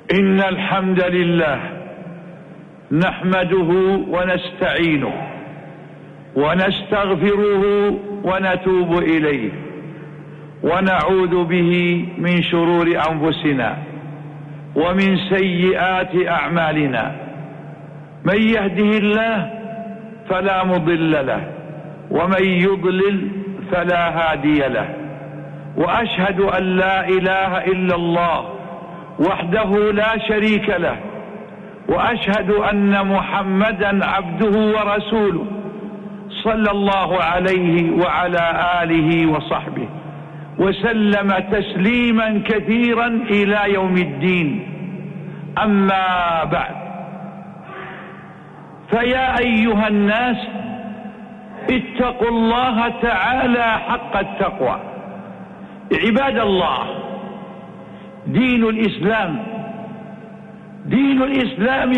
إن الحمد لله نحمده ونستعينه ونستغفره ونتوب إليه ونعوذ به من شرور أنفسنا ومن سيئات أعمالنا. من يهده الله فلا مضل له ومن يضلل فلا هادي له. وأشهد أن لا إله إلا الله وحده لا شريك له، وأشهد أن محمدا عبده ورسوله صلى الله عليه وعلى آله وصحبه وسلم تسليما كثيرا إلى يوم الدين. أما بعد، فيا أيها الناس اتقوا الله تعالى حق التقوى. عباد الله، دين الإسلام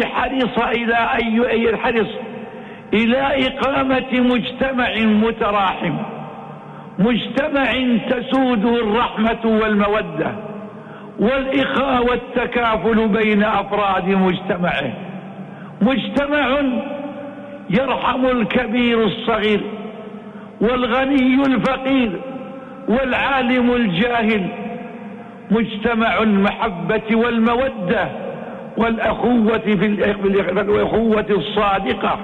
حرص إلى إقامة مجتمع متراحم، مجتمع تسوده الرحمة والمودة والإخاء والتكافل بين أفراد مجتمعه، مجتمع يرحم الكبير الصغير والغني الفقير والعالم الجاهل، مجتمع المحبة والمودة والأخوة الصادقة.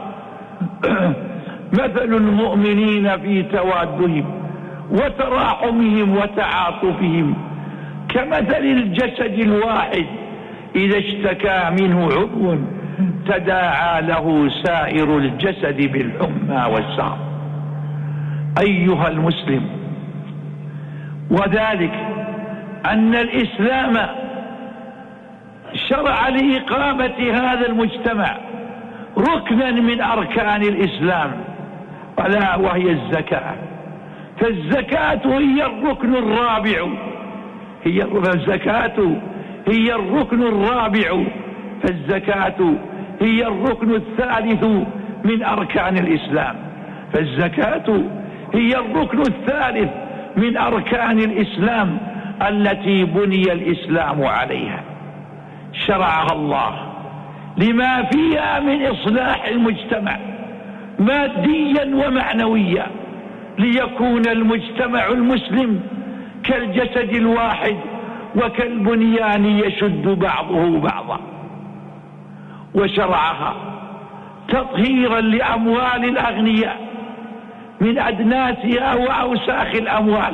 مثل المؤمنين في توادهم وتراحمهم وتعاطفهم كمثل الجسد الواحد إذا اشتكى منه عضو تداعى له سائر الجسد بالحمى والسهر. أيها المسلم، وذلك أن الإسلام شرع لإقامة هذا المجتمع ركنا من أركان الإسلام، ألا وهي الزكاة. فالزكاة هي الركن الرابع، فالزكاة هي الركن الثالث من أركان الإسلام، فالزكاة هي الركن الثالث من أركان الإسلام التي بني الإسلام عليها. شرعها الله لما فيها من إصلاح المجتمع ماديا ومعنويا، ليكون المجتمع المسلم كالجسد الواحد وكالبنيان يشد بعضه بعضا. وشرعها تطهيرا لأموال الأغنياء من أدناسها وأوساخ الأموال،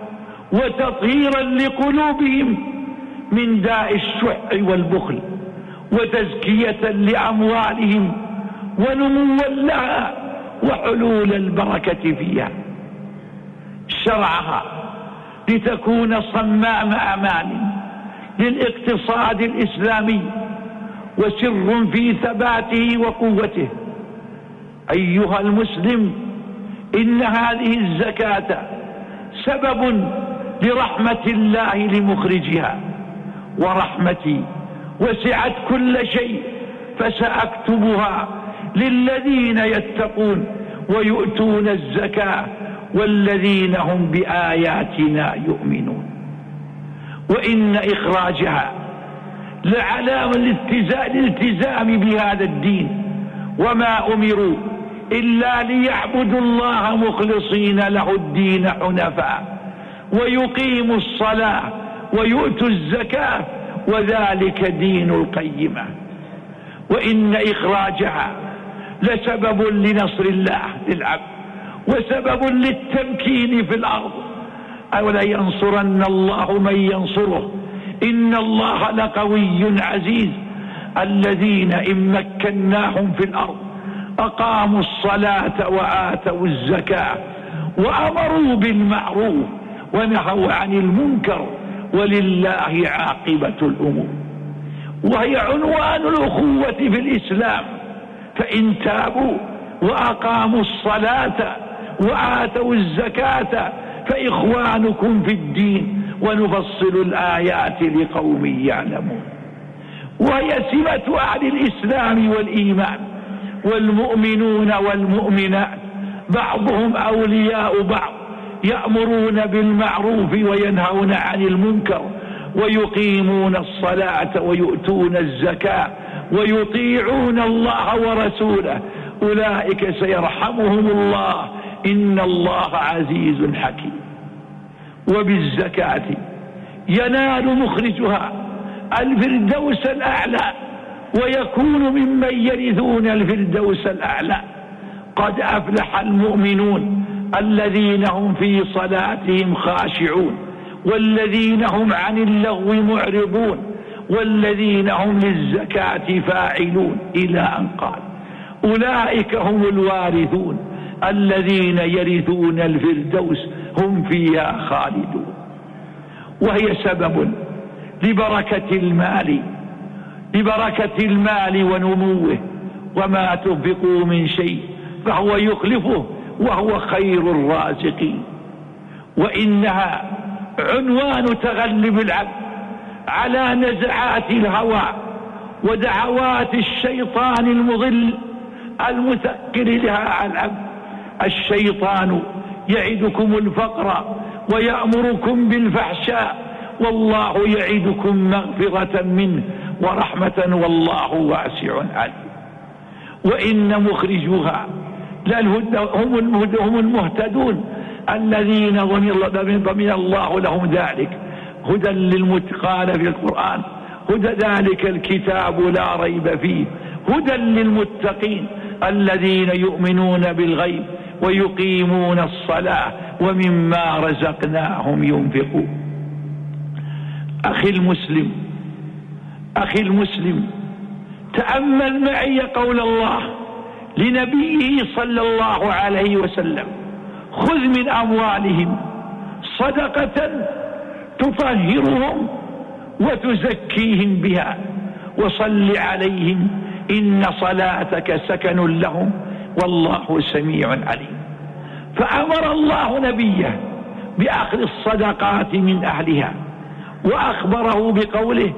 وتطهيرا لقلوبهم من داء الشح والبخل، وتزكية لأموالهم ونموا لها وحلول البركة فيها. شرعها لتكون صمام أمان للاقتصاد الإسلامي وسر في ثباته وقوته. أيها المسلم، إن هذه الزكاة سبب لرحمة الله لمخرجها، ورحمتي وسعت كل شيء فسأكتبها للذين يتقون ويؤتون الزكاة والذين هم بآياتنا يؤمنون. وإن إخراجها لعلامة الالتزام بهذا الدين، وما أمروا إلا ليعبدوا الله مخلصين له الدين حنفاء ويقيموا الصلاة ويؤتوا الزكاة وذلك دين القيمة. وإن إخراجها لسبب لنصر الله للعبد وسبب للتمكين في الأرض. أولا ينصرن الله من ينصره إن الله لقوي عزيز. الذين إن مكناهم في الأرض أقاموا الصلاة وآتوا الزكاة وأمروا بالمعروف ونهوا عن المنكر ولله عاقبة الأمور. وهي عنوان الأخوة في الإسلام، فإن تابوا وأقاموا الصلاة وآتوا الزكاة فإخوانكم في الدين ونفصل الآيات لقوم يعلمون. وهي سمة أهل الإسلام والإيمان، والمؤمنون والمؤمنات بعضهم أولياء بعض، يأمرون بالمعروف وينهون عن المنكر ويقيمون الصلاة ويؤتون الزكاة ويطيعون الله ورسوله أولئك سيرحمهم الله إن الله عزيز حكيم. وبالزكاة ينال مخرجها الفردوس الأعلى ويكون ممن يرثون الفردوس الأعلى. قد أفلح المؤمنون الذين هم في صلاتهم خاشعون والذين هم عن اللغو معرضون والذين هم للزكاة فاعلون إلى أن قال أولئك هم الوارثون الذين يرثون الفردوس هم فيها خالدون. وهي سبب لبركة المال ونموه، وما تنفقوا من شيء فهو يخلفه وهو خير الرازقين. وإنها عنوان تغلب العبد على نزعات الهوى ودعوات الشيطان المضل المثقل لها على العبد. الشيطان يعدكم الفقر ويأمركم بالفحشاء والله يعدكم مغفرة منه ورحمة والله واسع عليم. وإن مخرجوها هم المهتدون الذين ضمن الله لهم ذلك هدى قال في القرآن هدى ذلك الكتاب لا ريب فيه هدى للمتقين الذين يؤمنون بالغيب ويقيمون الصلاة ومما رزقناهم ينفقون. أخي المسلم تأمل معي قول الله لنبيه صلى الله عليه وسلم خذ من أموالهم صدقة تطهرهم وتزكيهم بها وصل عليهم إن صلاتك سكن لهم والله سميع عليم. فأمر الله نبيه بأخذ الصدقات من أهلها وأخبره بقوله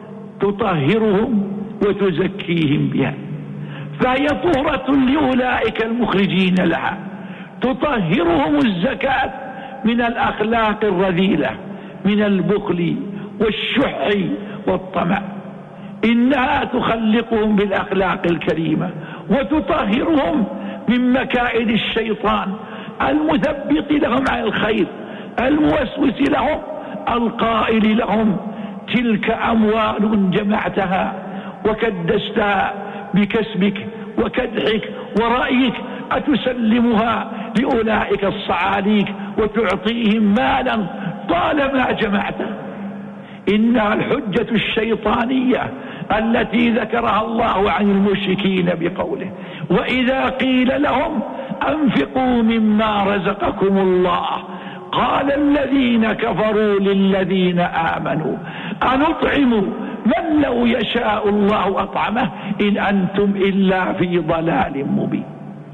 تطهرهم وتزكيهم بها، فهي طهرة لأولئك المخرجين لها. تطهرهم الزكاة من الأخلاق الرذيلة من البخل والشح والطمع، إنها تخلقهم بالأخلاق الكريمة وتطهرهم من مكائد الشيطان المثبط لهم عن الخير الموسوس لهم القائل لهم تلك أموال جمعتها وكدستها بكسبك وكدحك ورأيك أتسلمها لأولئك الصعاليك وتعطيهم مالا طالما جمعته. إنها الحجة الشيطانية التي ذكرها الله عن المشركين بقوله وإذا قيل لهم أنفقوا مما رزقكم الله قال الذين كفروا للذين آمنوا أنطعم من لو يشاء الله أطعمه إن أنتم إلا في ضلال مبين.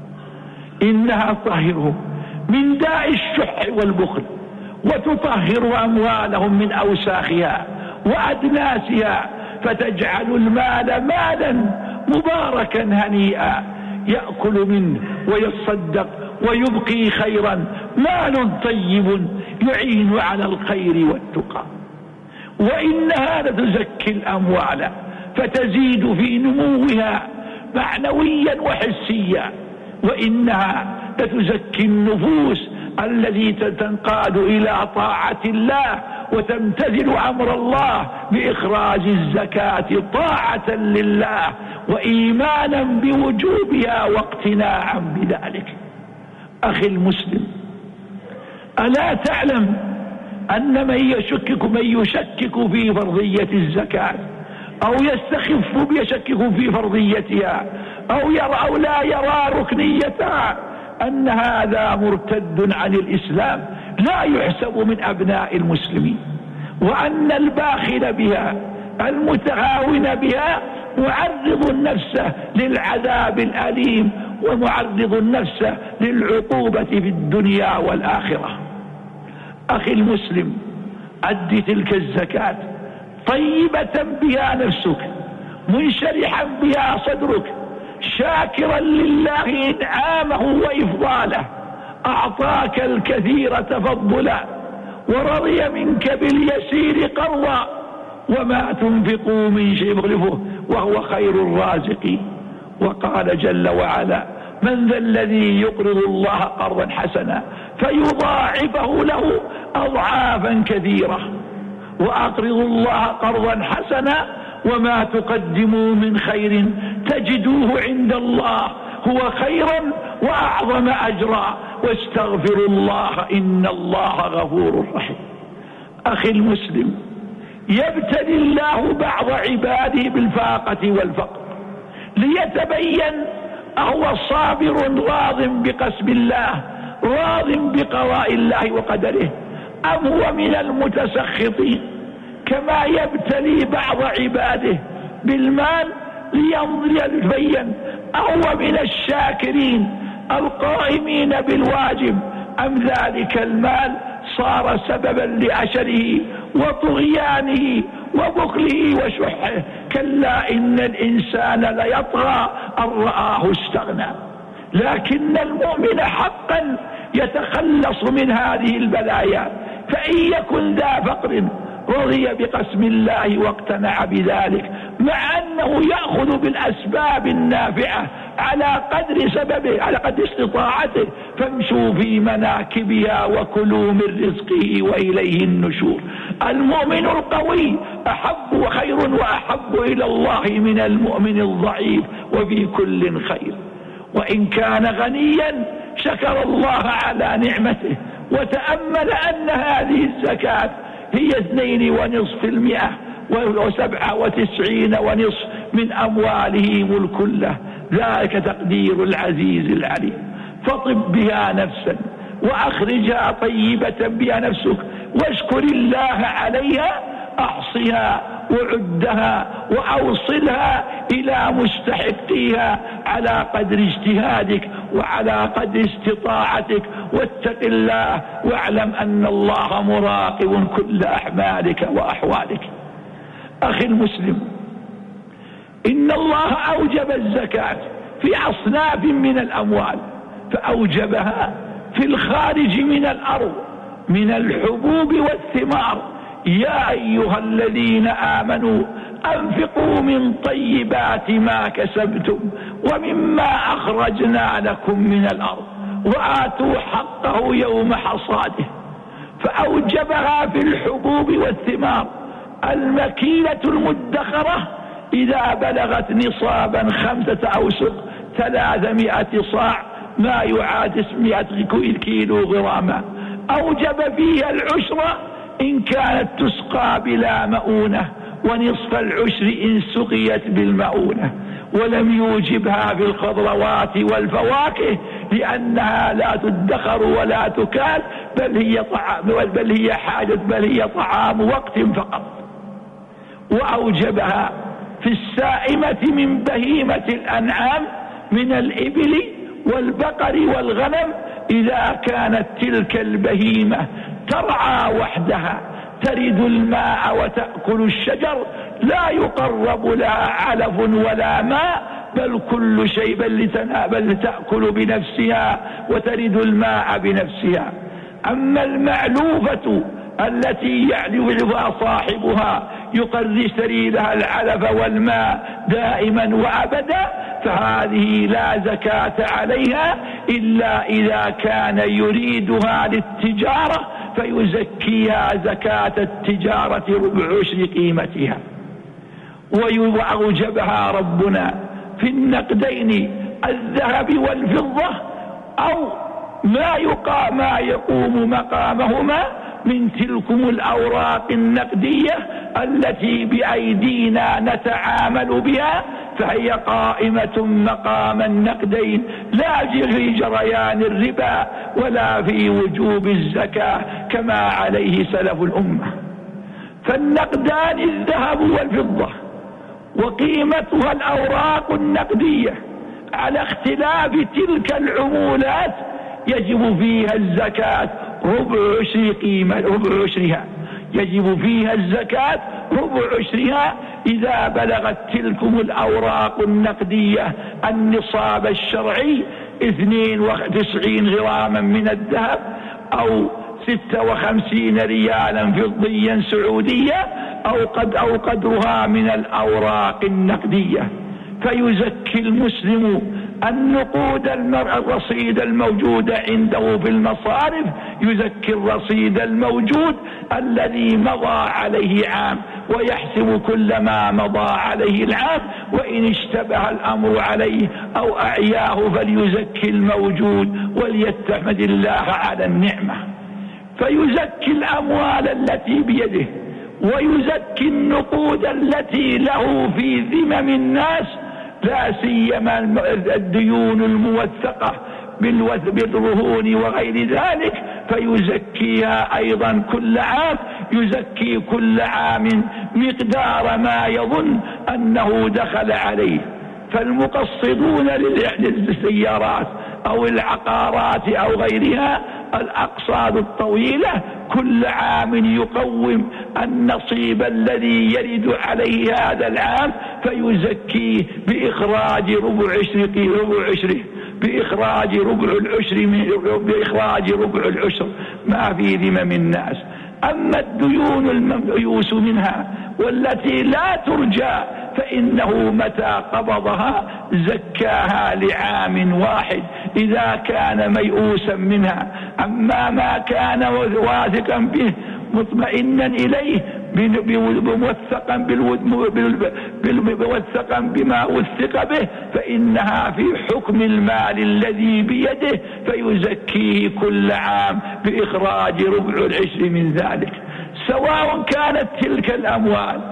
إنها تطهرهم من داء الشح والبخل وتطهر أموالهم من أوساخها وأدناسها فتجعل المال مالا مباركا هنيئا يأكل منه ويتصدق ويبقي خيرا مال طيب يعين على الخير والتقى. وإنها لتزكي الأموال فتزيد في نموها معنويا وحسيا. وإنها لتزكي النفوس التي تنقاد إلى طاعة الله وتمتثل أمر الله بإخراج الزكاة طاعة لله وإيمانا بوجوبها واقتناعا بذلك. أخي المسلم ألا تعلم أن من يشكك في فرضية الزكاة أو يشكك في فرضيتها أو لا يرى ركنيتها أن هذا مرتد عن الإسلام لا يحسب من أبناء المسلمين، وأن الباخل بها المتهاون بها معرض النفس للعذاب الأليم ومعرض النفس للعقوبة في الدنيا والآخرة. أخي المسلم أد تلك الزكاة طيبة بها نفسك منشرحا بها صدرك شاكرا لله إنعامه وإفضاله أعطاك الكثير تفضلا ورضي منك باليسير قرضا وما تنفقوا من شيء يخلفه وهو خير الرازقين. وقال جل وعلا: من ذا الذي يقرض الله قرضا حسنا فيضاعفه له أضعافا كثيرة. وأقرضوا الله قرضا حسنا وما تقدموا من خير تجدوه عند الله هو خيرا وأعظم أجرا واستغفروا الله إن الله غفور رحيم. أخي المسلم، يبتلي الله بعض عباده بالفاقة والفقر ليتبين أهو صابر راض بقسم الله راض بقضاء الله وقدره أم هو من المتسخطين. كما يبتلي بعض عباده بالمال ليتبين أهو من الشاكرين القائمين بالواجب أم ذلك المال صار سببا لعشره وطغيانه وبخله وشحه. كلا إن الإنسان ليطغى أن رآه استغنى. لكن المؤمن حقا يتخلص من هذه البلايا، فإن يكن ذا فقر رضي بقسم الله واقتنع بذلك مع أنه يأخذ بالأسباب النافعة على قدر سببه على قدر استطاعته، فامشوا في مناكبها وكلوا من رزقه وإليه النشور. المؤمن القوي أحب وخير وأحب إلى الله من المؤمن الضعيف وفي كل خير. وإن كان غنيا شكر الله على نعمته وتأمل أن هذه الزكاة هي 2.5% و97.5 من أموالهم الكلة. ذلك تقدير العزيز العليم. فطب بها نفسا وأخرجها طيبة بها نفسك واشكر الله عليها. أحصها وعدها وأوصلها إلى مستحقيها على قدر اجتهادك وعلى قدر استطاعتك، واتق الله واعلم أن الله مراقب كل أعمالك وأحوالك. أخي المسلم، إن الله أوجب الزكاة في أصناف من الأموال، فأوجبها في الخارج من الأرض من الحبوب والثمار. يا أيها الذين آمنوا أنفقوا من طيبات ما كسبتم ومما أخرجنا لكم من الأرض وآتوا حقه يوم حصاده. فأوجبها في الحبوب والثمار المكيلة المدخرة إذا بلغت نصابا 5 أوسق 300 صاع ما يعادل 100 كيلو غراما. أوجب فيها العشرة إن كانت تسقى بلا مؤونة ونصف العشر إن سقيت بالمؤونة. ولم يوجبها في الخضروات والفواكه لأنها لا تدخر ولا تكال بل هي طعام وقت فقط. وأوجبها في السائمة من بهيمة الأنعام من الإبل والبقر والغنم إذا كانت تلك البهيمة ترعى وحدها ترد الماء وتأكل الشجر لا يقرب لها علف ولا ماء بل كل شيء بل تأكل بنفسها وترد الماء بنفسها. أما المعلوفة التي يعلفها صاحبها يشتري لها العلف والماء دائما وأبدا فهذه لا زكاة عليها إلا إذا كان يريدها للتجارة فيزكيها زكاة التجارة 1/4 قيمتها. وأوجبها ربنا في النقدين الذهب والفضة أو ما يقوم مقامهما من تلكم الأوراق النقدية التي بأيدينا نتعامل بها فهي قائمة مقام النقدين لا في جريان الربا ولا في وجوب الزكاة كما عليه سلف الأمة. فالنقدان الذهب والفضة وقيمتها الأوراق النقدية على اختلاف تلك العمولات يجب فيها الزكاة 1/4 يجب فيها الزكاة 1/4 إذا بلغت تلكم الأوراق النقدية النصاب الشرعي 92 غراما من الذهب أو 56 ريالا فضيا سعودية أو قدرها من الأوراق النقدية. فيزكي المسلم النقود الرصيد الموجود عنده في المصارف، يزكي الرصيد الموجود الذي مضى عليه عام، ويحسب كل ما مضى عليه العام، وإن اشتبه الأمر عليه أو أعياه فليزكي الموجود وليتحمد الله على النعمة. فيزكي الأموال التي بيده، ويزكي النقود التي له في ذمم الناس، لا سيما الديون الموثقة بالرهون وغير ذلك، فيزكيها أيضا كل عام، يزكي كل عام مقدار ما يظن أنه دخل عليه. فالمقصدون للسيارات أو العقارات أو غيرها الأقساط الطويلة كل عام يقوم النصيب الذي يرد عليه هذا العام، فيزكيه بإخراج ربع عشره، بإخراج ربع العشر ما في ذمم الناس. أما الديون الميؤوس منها والتي لا ترجى فإنه متى قبضها زكاها لعام واحد إذا كان ميؤوسا منها. أما ما كان واثقا به مطمئنا إليه موثقا بما وثق به، فإنها في حكم المال الذي بيده، فيزكيه كل عام بإخراج ربع العشر من ذلك، سواء كانت تلك الأموال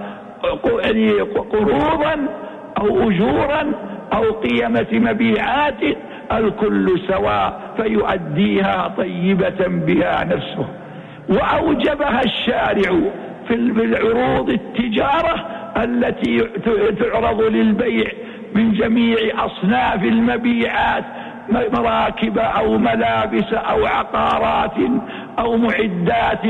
قروضا أو أجورا أو قيمة مبيعات، الكل سواء، فيؤديها طيبة بها نفسه. وأوجبها الشارع في العروض التجارة التي تعرض للبيع من جميع أصناف المبيعات، مراكب أو ملابس أو عقارات أو معدات،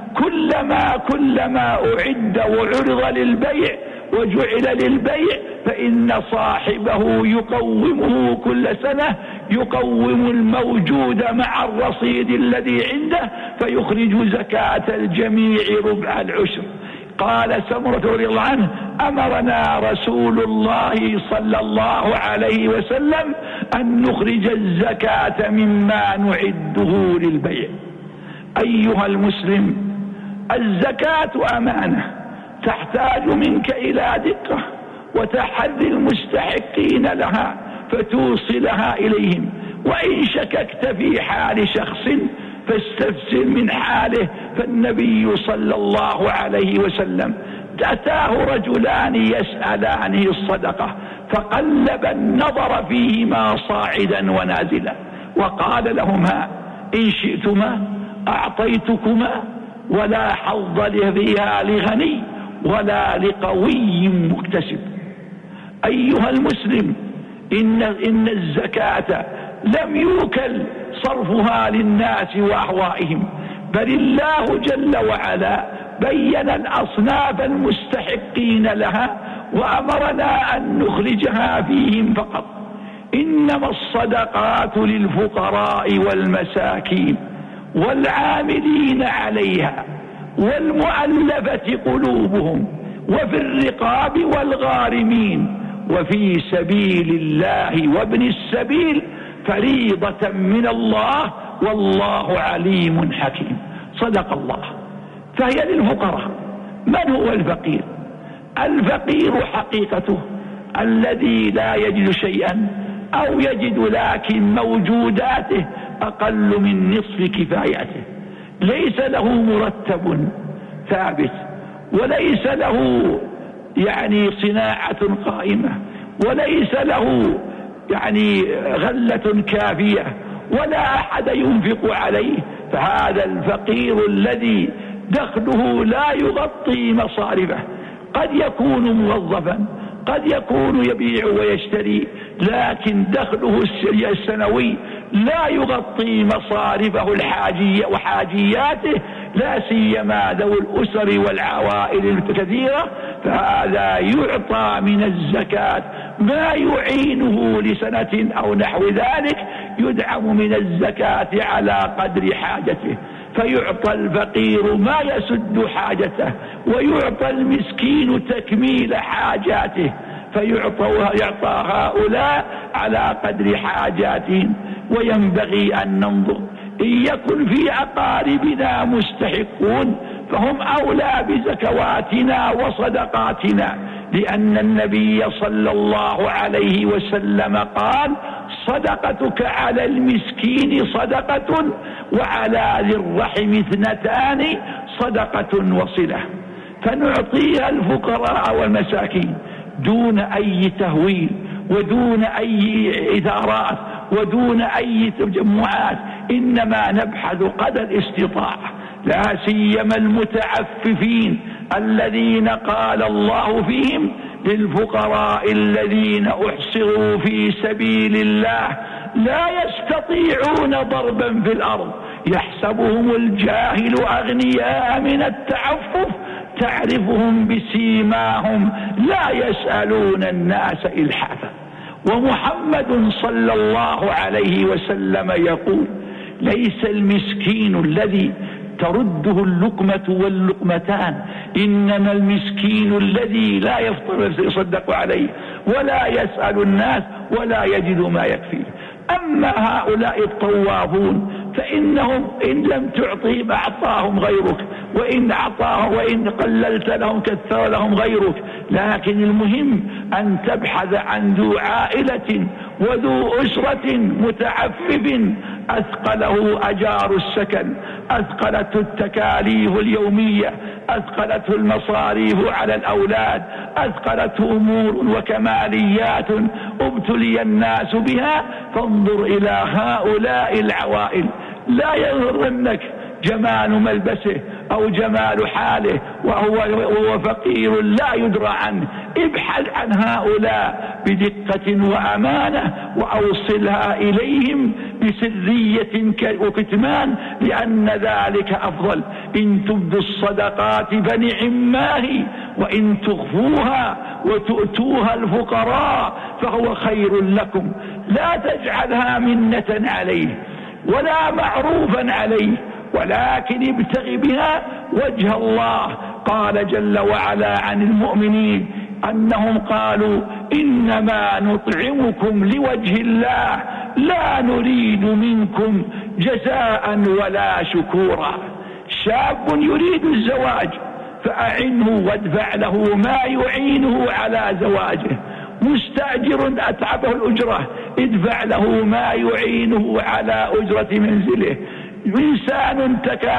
كلما أعد وعرض للبيع وجعل للبيع فإن صاحبه يقومه كل سنة، يقوم الموجود مع الرصيد الذي عنده، فيخرج زكاة الجميع ربع العشر. قال سمرة رضي الله عنه: أمرنا رسول الله صلى الله عليه وسلم أن نخرج الزكاة مما نعده للبيع. أيها المسلم، الزكاة أمانة تحتاج منك إلى دقة وتحري المستحقين لها فتوصلها إليهم، وإن شككت في حال شخص فاستفسر من حاله. فالنبي صلى الله عليه وسلم أتاه رجلان يسألانه الصدقة، فقلب النظر فيهما صاعدا ونازلا، وقال لهما: إن شئتما أعطيتكما، ولا حظ فيها لغني ولا لقوي مكتسب. أيها المسلم، إن الزكاة لم يوكل صرفها للناس وأهوائهم، بل الله جل وعلا بين الأصناف المستحقين لها وأمرنا أن نخرجها فيهم فقط. إنما الصدقات للفقراء والمساكين والعاملين عليها والمؤلفة قلوبهم وفي الرقاب والغارمين وفي سبيل الله وابن السبيل فريضة من الله والله عليم حكيم. صدق الله. فهي للفقراء. من هو الفقير؟ الفقير حقيقته الذي لا يجد شيئا أو يجد لكن موجوداته أقل من نصف كفايته، ليس له مرتب ثابت، وليس له صناعة قائمة، وليس له غلة كافية، ولا أحد ينفق عليه. فهذا الفقير الذي دخله لا يغطي مصارفه، قد يكون موظفا، قد يكون يبيع ويشتري، لكن دخله السنوي لا يغطي مصارفه الحاجية وحاجياته، لا سيما ذوي الأسر والعوائل الكثيرة. فهذا يعطى من الزكاة ما يعينه لسنة أو نحو ذلك، يدعم من الزكاة على قدر حاجته. فيعطى الفقير ما يسد حاجته، ويعطى المسكين تكميل حاجاته، يعطى هؤلاء على قدر حاجاتهم. وينبغي أن ننظر، إن يكن في أقاربنا مستحقون فهم أولى بزكواتنا وصدقاتنا، لأن النبي صلى الله عليه وسلم قال: صدقتك على المسكين صدقة، وعلى ذي الرحم 2 صدقة وصلة. فنعطيها الفقراء والمساكين دون أي تهويل، ودون أي إثارات، ودون أي تجمعات، إنما نبحث قدر الاستطاعة، لا سيما المتعففين الذين قال الله فيهم: للفقراء الذين أحصروا في سبيل الله لا يستطيعون ضربا في الأرض يحسبهم الجاهل أغنياء من التعفف تعرفهم بسيماهم لا يسألون الناس إلحافا. ومحمد صلى الله عليه وسلم يقول: ليس المسكين الذي ترده اللقمة واللقمتان، إنما المسكين الذي لا يفطر يصدق عليه ولا يسأل الناس ولا يجد ما يكفيه. أما هؤلاء الطوافون فإنهم إن لم تعطيهم أعطاهم غيرك، وإن قللت لهم كثر لهم غيرك. لكن المهم أن تبحث عن ذو عائلة وذو أسرة متعفف أثقله أجار السكن، أثقلته التكاليف اليومية، أثقلته المصاريف على الأولاد، أثقلته أمور وكماليات ابتلي الناس بها. فانظر إلى هؤلاء العوائل، لا يغرنك جمال ملبسه أو جمال حاله وهو فقير لا يدرى عنه. ابحث عن هؤلاء بدقة وأمانة وأوصلها إليهم بسرية وكتمان، لأن ذلك أفضل. إن تبدوا الصدقات فنعما هي، وإن تخفوها وتؤتوها الفقراء فهو خير لكم. لا تجعلها منة عليه ولا معروفا عليه، ولكن ابتغ بها وجه الله. قال جل وعلا عن المؤمنين أنهم قالوا: إنما نطعمكم لوجه الله لا نريد منكم جزاء ولا شكورا. شاب يريد الزواج فأعنه وادفع له ما يعينه على زواجه. مستأجر أتعبه الأجرة ادفع له ما يعينه على أجرة منزله. إنسان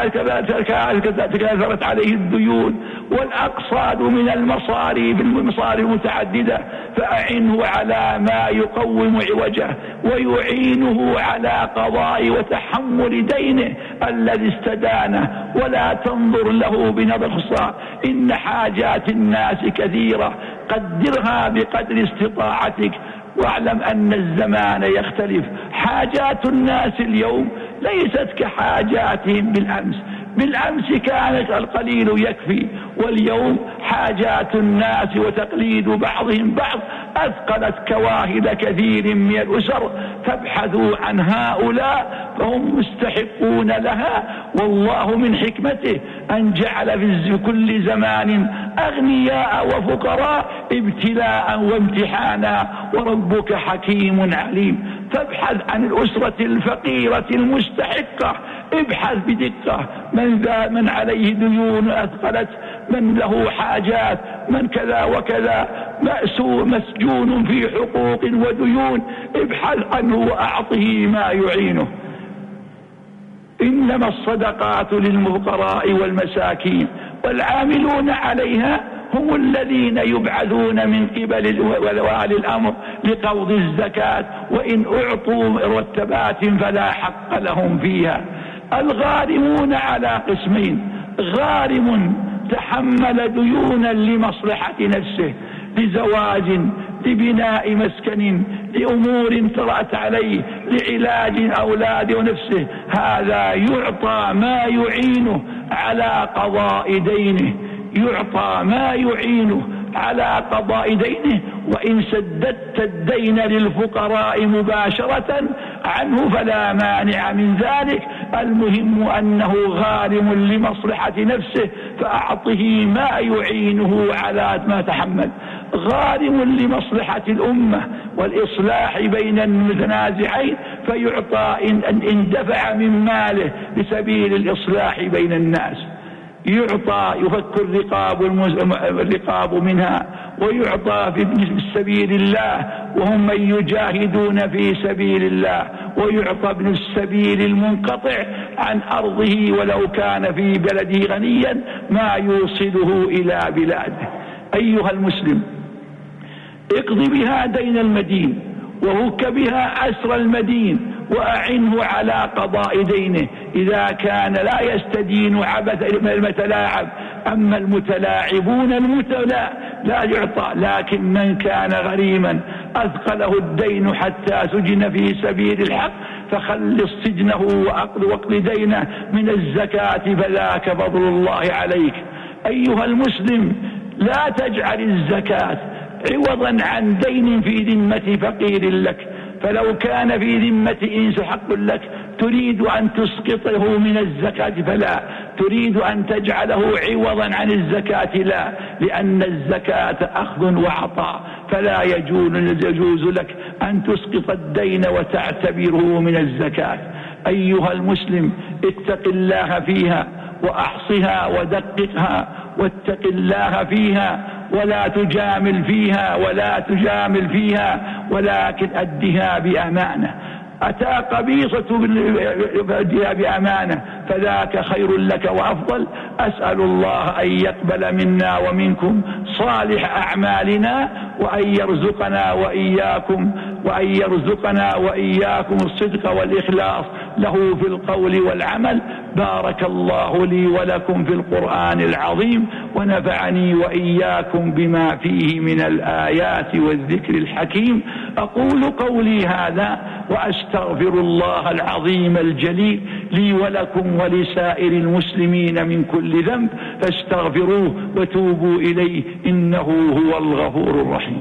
تكاثرت عليه الديون والأقساط من المصاريف المتعددة فأعنه على ما يقوم عوجه ويعينه على قضاء وتحمل دينه الذي استدانه، ولا تنظر له بنظر خصاء. إن حاجات الناس كثيرة، قدرها بقدر استطاعتك، واعلم أن الزمان يختلف. حاجات الناس اليوم ليست كحاجاتهم بالأمس كانت القليل يكفي، واليوم حاجات الناس وتقليد بعضهم بعض أثقلت كواهل كثير من الأسر. فابحثوا عن هؤلاء فهم مستحقون لها، والله من حكمته أن جعل في كل زمان أغنياء وفقراء ابتلاء وامتحانا، وربك حكيم عليم. فابحث عن الأسرة الفقيرة المستحقة، ابحث بدقة من عليه ديون أثقلت، من له حاجات، من كذا وكذا، مسجون في حقوق وديون، ابحث عنه وأعطه ما يعينه. إنما الصدقات للفقراء والمساكين والعاملون عليها هم الذين يبعثون من قبل ولي الأمر لقبض الزكاة، وإن أعطوا مرتبات فلا حق لهم فيها. الغارمون على قسمين: غارم تحمل ديونا لمصلحة نفسه، لزواج، لبناء مسكن، لأمور طرأت عليه، لعلاج أولاده ونفسه، هذا يعطى ما يعينه على قضاء دينه، يعطى ما يعينه على قضاء دينه. وإن سددت الدين للفقراء مباشرة عنه فلا مانع من ذلك، المهم أنه غارم لمصلحة نفسه فأعطه ما يعينه على ما تحمل، غارم لمصلحة الأمة والإصلاح بين المتنازعين فيعطى إن دفع من ماله لسبيل الإصلاح بين الناس، يعطى يفك الرقاب منها، ويعطى في سبيل الله وهم من يجاهدون في سبيل الله، ويعطى ابن السبيل المنقطع عن أرضه ولو كان في بلده غنيا ما يوصله إلى بلاده. أيها المسلم، اقض بها دين المدين وهك بها أسر المدين وأعنه على قضاء دينه إذا كان لا يستدين عبث المتلاعب. أما المتلاعبون لا يعطى، لكن من كان غريما أثقله الدين حتى سجن في سبيل الحق فخلص سجنه وأقض دينه من الزكاة فذاك فضل الله عليك. أيها المسلم، لا تجعل الزكاة عوضا عن دين في ذمة فقير لك، فلو كان في ذمة إنس حق لك تريد أن تسقطه من الزكاة فلا، تريد أن تجعله عوضا عن الزكاة لا، لأن الزكاة أخذ وعطاء، فلا يجوز لك أن تسقط الدين وتعتبره من الزكاة. أيها المسلم، اتق الله فيها وأحصها ودققها، واتق الله فيها ولا تجامل فيها ولكن أدها بأمانة. أتى قبيصة فأدها بأمانة فذاك خير لك وأفضل. أسأل الله أن يقبل منا ومنكم صالح أعمالنا وأن يرزقنا وإياكم الصدق والإخلاص له في القول والعمل. بارك الله لي ولكم في القرآن العظيم، ونفعني وإياكم بما فيه من الآيات والذكر الحكيم. أقول قولي هذا وأستغفر الله العظيم الجليل لي ولكم ولسائر المسلمين من كل ذنب، فاستغفروه وتوبوا إليه إنه هو الغفور الرحيم.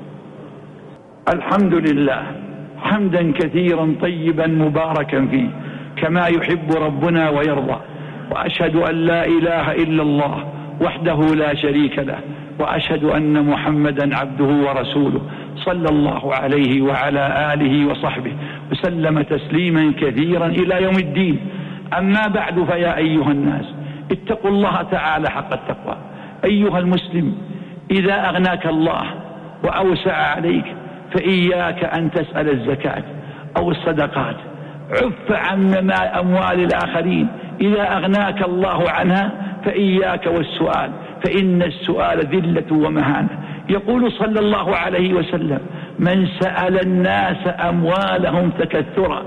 الحمد لله حمدا كثيرا طيبا مباركا فيه كما يحب ربنا ويرضى، وأشهد أن لا إله إلا الله وحده لا شريك له، وأشهد أن محمدا عبده ورسوله صلى الله عليه وعلى آله وصحبه وسلم تسليما كثيرا إلى يوم الدين. أما بعد، فيا أيها الناس اتقوا الله تعالى حق التقوى. أيها المسلم، إذا أغناك الله وأوسع عليك فإياك أن تسأل الزكاة أو الصدقات، عف عن أموال الآخرين. إذا أغناك الله عنها فإياك والسؤال، فإن السؤال ذلة ومهانة. يقول صلى الله عليه وسلم: من سأل الناس أموالهم تكثرا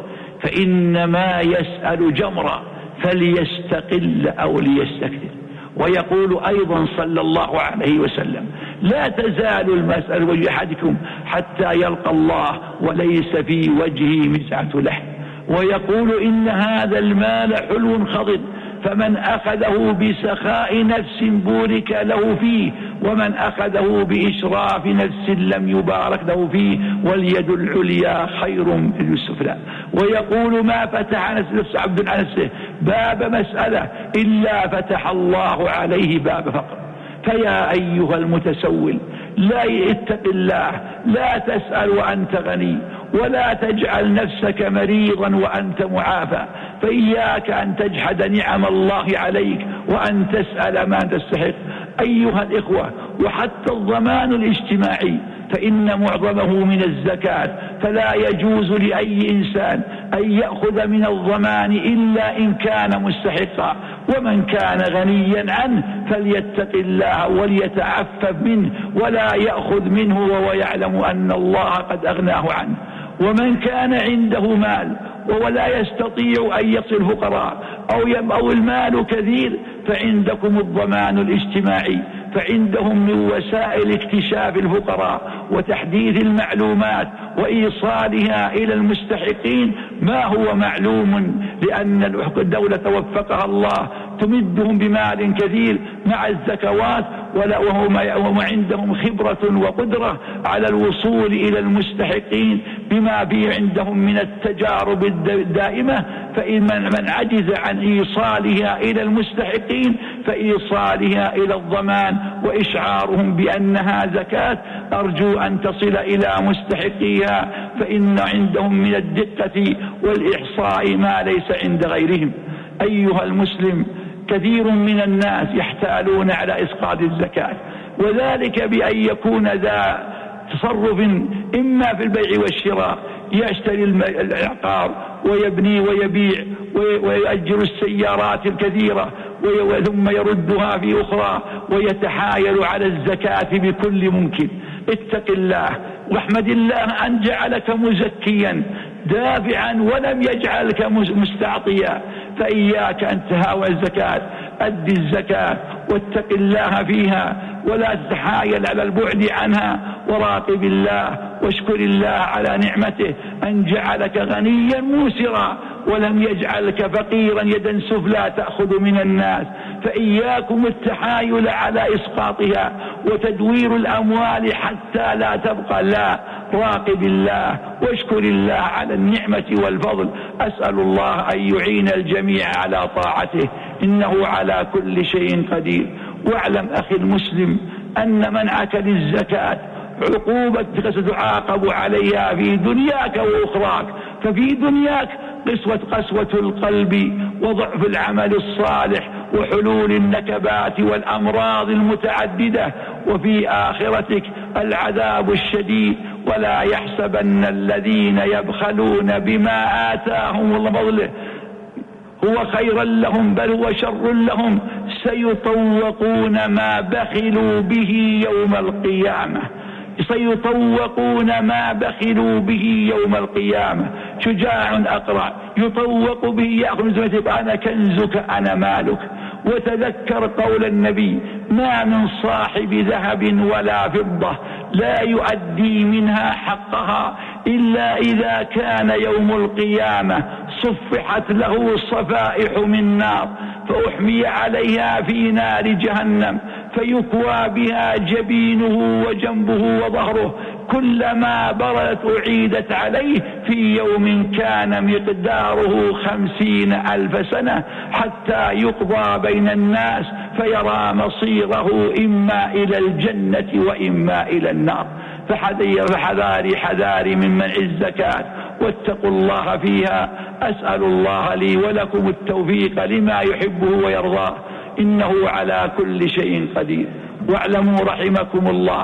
فإنما يسأل جمرا فليستقل أو ليستكثر. ويقول أيضا صلى الله عليه وسلم: لا تزال المسألة وجه أحدكم حتى يلقى الله وليس في وجهه مسعة لحم. ويقول: إن هذا المال حلو خضر، فمن أخذه بسخاء نفس بورك له فيه، ومن أخذه بإشراف نفس لم يبارك له فيه، واليد العليا خير من السفلى. ويقول: ما فتح نفس عبد عن نفسه باب مسألة إلا فتح الله عليه باب فقر. فيا أيها المتسول، لا اتق الله، لا تسأل وأنت غني، ولا تجعل نفسك مريضا وأنت معافى. فإياك أن تجحد نعم الله عليك وأن تسأل ما تستحق. أيها الإخوة، وحتى الضمان الاجتماعي فإن معظمه من الزكاة، فلا يجوز لأي إنسان أن يأخذ من الضمان إلا إن كان مستحقا. ومن كان غنيا عنه فليتق الله وليتعفف منه ولا يأخذ منه وهو يعلم أن الله قد أغناه عنه. ومن كان عنده مال ولا يستطيع أن يصل الفقراء أو المال كثير فعندكم الضمان الاجتماعي، فعندهم من وسائل اكتشاف الفقراء وتحديث المعلومات وإيصالها إلى المستحقين ما هو معلوم، لأن الدولة وفقها الله تمدهم بمال كثير مع الزكوات، وهم عندهم خبرة وقدرة على الوصول إلى المستحقين بما فيه عندهم من التجارب الدائمة، فإن من عجز عن إيصالها إلى المستحقين فإيصالها إلى الضمان وإشعارهم بأنها زكاة، أرجو أن تصل إلى مستحقيها، فإن عندهم من الدقة والإحصاء ما ليس عند غيرهم. أيها المسلم، كثير من الناس يحتالون على إسقاط الزكاة، وذلك بأن يكون ذا تصرف إما في البيع والشراء، يشتري العقار ويبني ويبيع ويؤجر السيارات الكثيرة ثم يردها في أخرى ويتحايل على الزكاة بكل ممكن. اتق الله واحمد الله أن جعلك مزكيا دافعا ولم يجعلك مستعطيا، فإياك أن تهاوى الزكاة، أد الزكاة واتق الله فيها ولا تتحايل على البعد عنها، وراقب الله واشكر الله على نعمته أن جعلك غنيا موسرا ولم يجعلك فقيرا يدا سفلى تأخذ من الناس. فإياكم التحايل على إسقاطها وتدوير الأموال حتى لا تبقى. لا، راقب الله واشكر الله على النعمة والفضل. أسأل الله أن يعين الجميع على طاعته إنه على كل شيء قدير. واعلم أخي المسلم أن منعك للزكاة عقوبتك ستعاقب عليها في دنياك وأخراك. ففي دنياك قسوة القلب وضعف العمل الصالح وحلول النكبات والأمراض المتعددة، وفي آخرتك العذاب الشديد. ولا يحسبن الذين يبخلون بما آتاهم الله فضله هو خيرا لهم بل هو شر لهم، سيطوقون ما بخلوا به يوم القيامة. سيطوقون ما بخلوا به يوم القيامة. شجاع أقرع يطوق به يأخذ زمته أنا كنزك أنا مالك. وتذكر قول النبي ما من صاحب ذهب ولا فضة لا يؤدي منها حقها إلا إذا كان يوم القيامة صفحت له صفائح من نار فأحمي عليها في نار جهنم فيكوى بها جبينه وجنبه وظهره، كلما بردت أعيدت عليه في يوم كان مقداره 50,000 سنة حتى يقضى بين الناس فيرى مصيره إما إلى الجنة وإما إلى النار. فحذاري من منع الزكاة واتقوا الله فيها. أسأل الله لي ولكم التوفيق لما يحبه ويرضاه إنه على كل شيء قدير. واعلموا رحمكم الله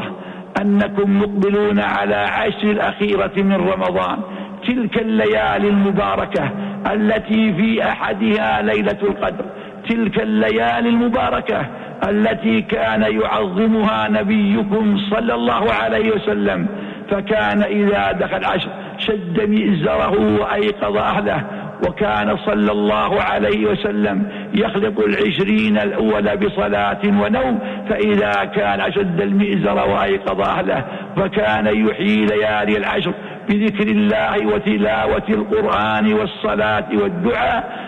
أنكم مقبلون على 10 الأخيرة من رمضان، تلك الليالي المباركة التي في أحدها ليلة القدر، تلك الليالي المباركة التي كان يعظمها نبيكم صلى الله عليه وسلم، فكان إذا دخل 10 شد مئزره وأيقظ أهله. وكان صلى الله عليه وسلم يخلق 20 الأول بصلاة ونوم، فإذا كان أشد المئزر وأيقظ أهله. فكان يحيي ليالي 10 بذكر الله وتلاوة القرآن والصلاة والدعاء.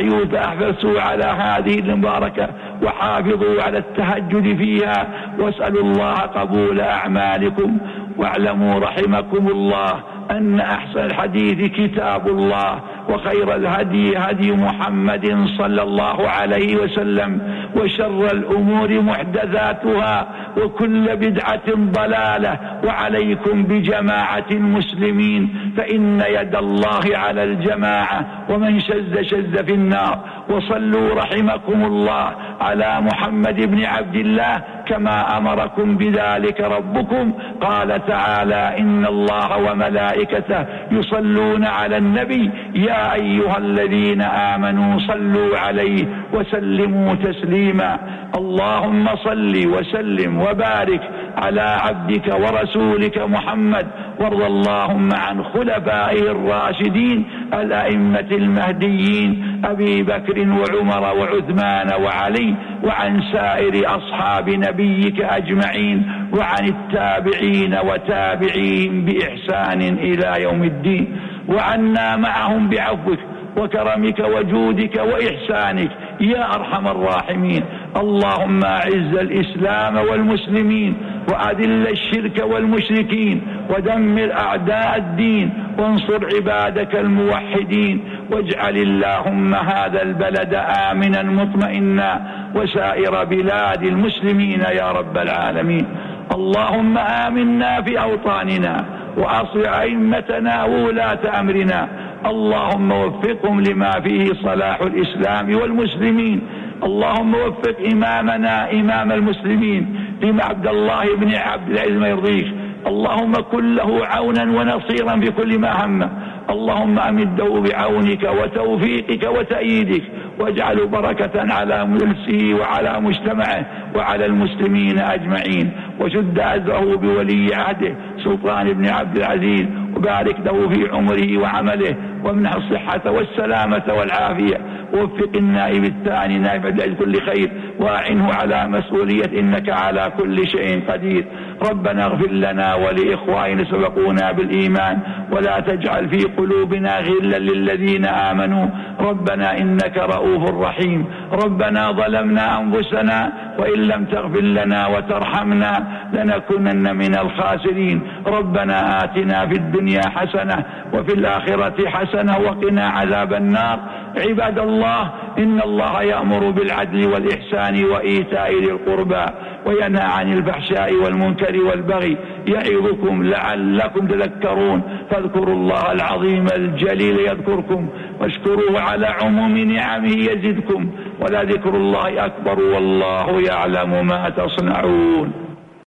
فأحرصوا على هذه المباركة وحافظوا على التهجد فيها واسألوا الله قبول أعمالكم. واعلموا رحمكم الله أن أحسن الحديث كتاب الله وخير الهدي هدي محمد صلى الله عليه وسلم وشر الأمور محدثاتها وكل بدعة ضلالة. وعليكم بجماعة المسلمين فإن يد الله على الجماعة ومن شذ في النار. وصلوا رحمكم الله على محمد بن عبد الله كما أمركم بذلك ربكم. قال تعالى إن الله وملائكته يصلون على النبي يا أيها الذين آمنوا صلوا عليه وسلموا تسليما. اللهم صل وسلم وبارك على عبدك ورسولك محمد، وارض اللهم عن خلفائه الراشدين الأئمة المهديين أبي بكر وعمر وعثمان وعلي، وعن سائر أصحاب نبيك أجمعين، وعن التابعين وتابعيهم بإحسان إلى يوم الدين، وعنا معهم بعفوك وكرمك وجودك وإحسانك يا أرحم الراحمين. اللهم أعز الإسلام والمسلمين وأذل الشرك والمشركين ودمر أعداء الدين وانصر عبادك الموحدين، واجعل اللهم هذا البلد آمنا مطمئنا وسائر بلاد المسلمين يا رب العالمين. اللهم آمنا في أوطاننا وأصلح أئمتنا وولاة أمرنا، اللهم وفقهم لما فيه صلاح الإسلام والمسلمين. اللهم وفق إمامنا إمام المسلمين عبد الله بن عبد العزيز ما يرضيك، اللهم كن له عونا ونصيرا في كل ما همه، اللهم أمده بعونك وتوفيقك وتأييدك، واجعل بركة على مجلسه وعلى مجتمعه وعلى المسلمين أجمعين، وشد أزره بولي عهده سلطان بن عبد العزيز، وبارك له في عمره وعمله، ومنح الصحة والسلامة والعافية، ووفق النائب الثاني نائب عبد كل خير، وأعنه على مسؤولية إنك على كل شيء قدير. ربنا اغفر لنا ولإخواننا سبقونا بالإيمان، ولا تجعل في قلوبنا غلا للذين آمنوا، ربنا إنك رؤوف رحيم. ربنا ظلمنا أنفسنا وإن لم تغفر لنا وترحمنا لنكونن من الخاسرين. ربنا آتنا في الدنيا حسنة وفي الآخرة حسنة وقنا عذاب النار. عباد الله، إن الله يأمر بالعدل والإحسان وإيتاء ذي القربى وينهى عن الفحشاء والمنكر والبغي، يعظكم لعلكم تذكرون. فاذكروا الله العظيم الجليل يذكركم، واشكروه على عموم نعمه يزدكم، ولذكر الله أكبر والله يعلم ما تصنعون.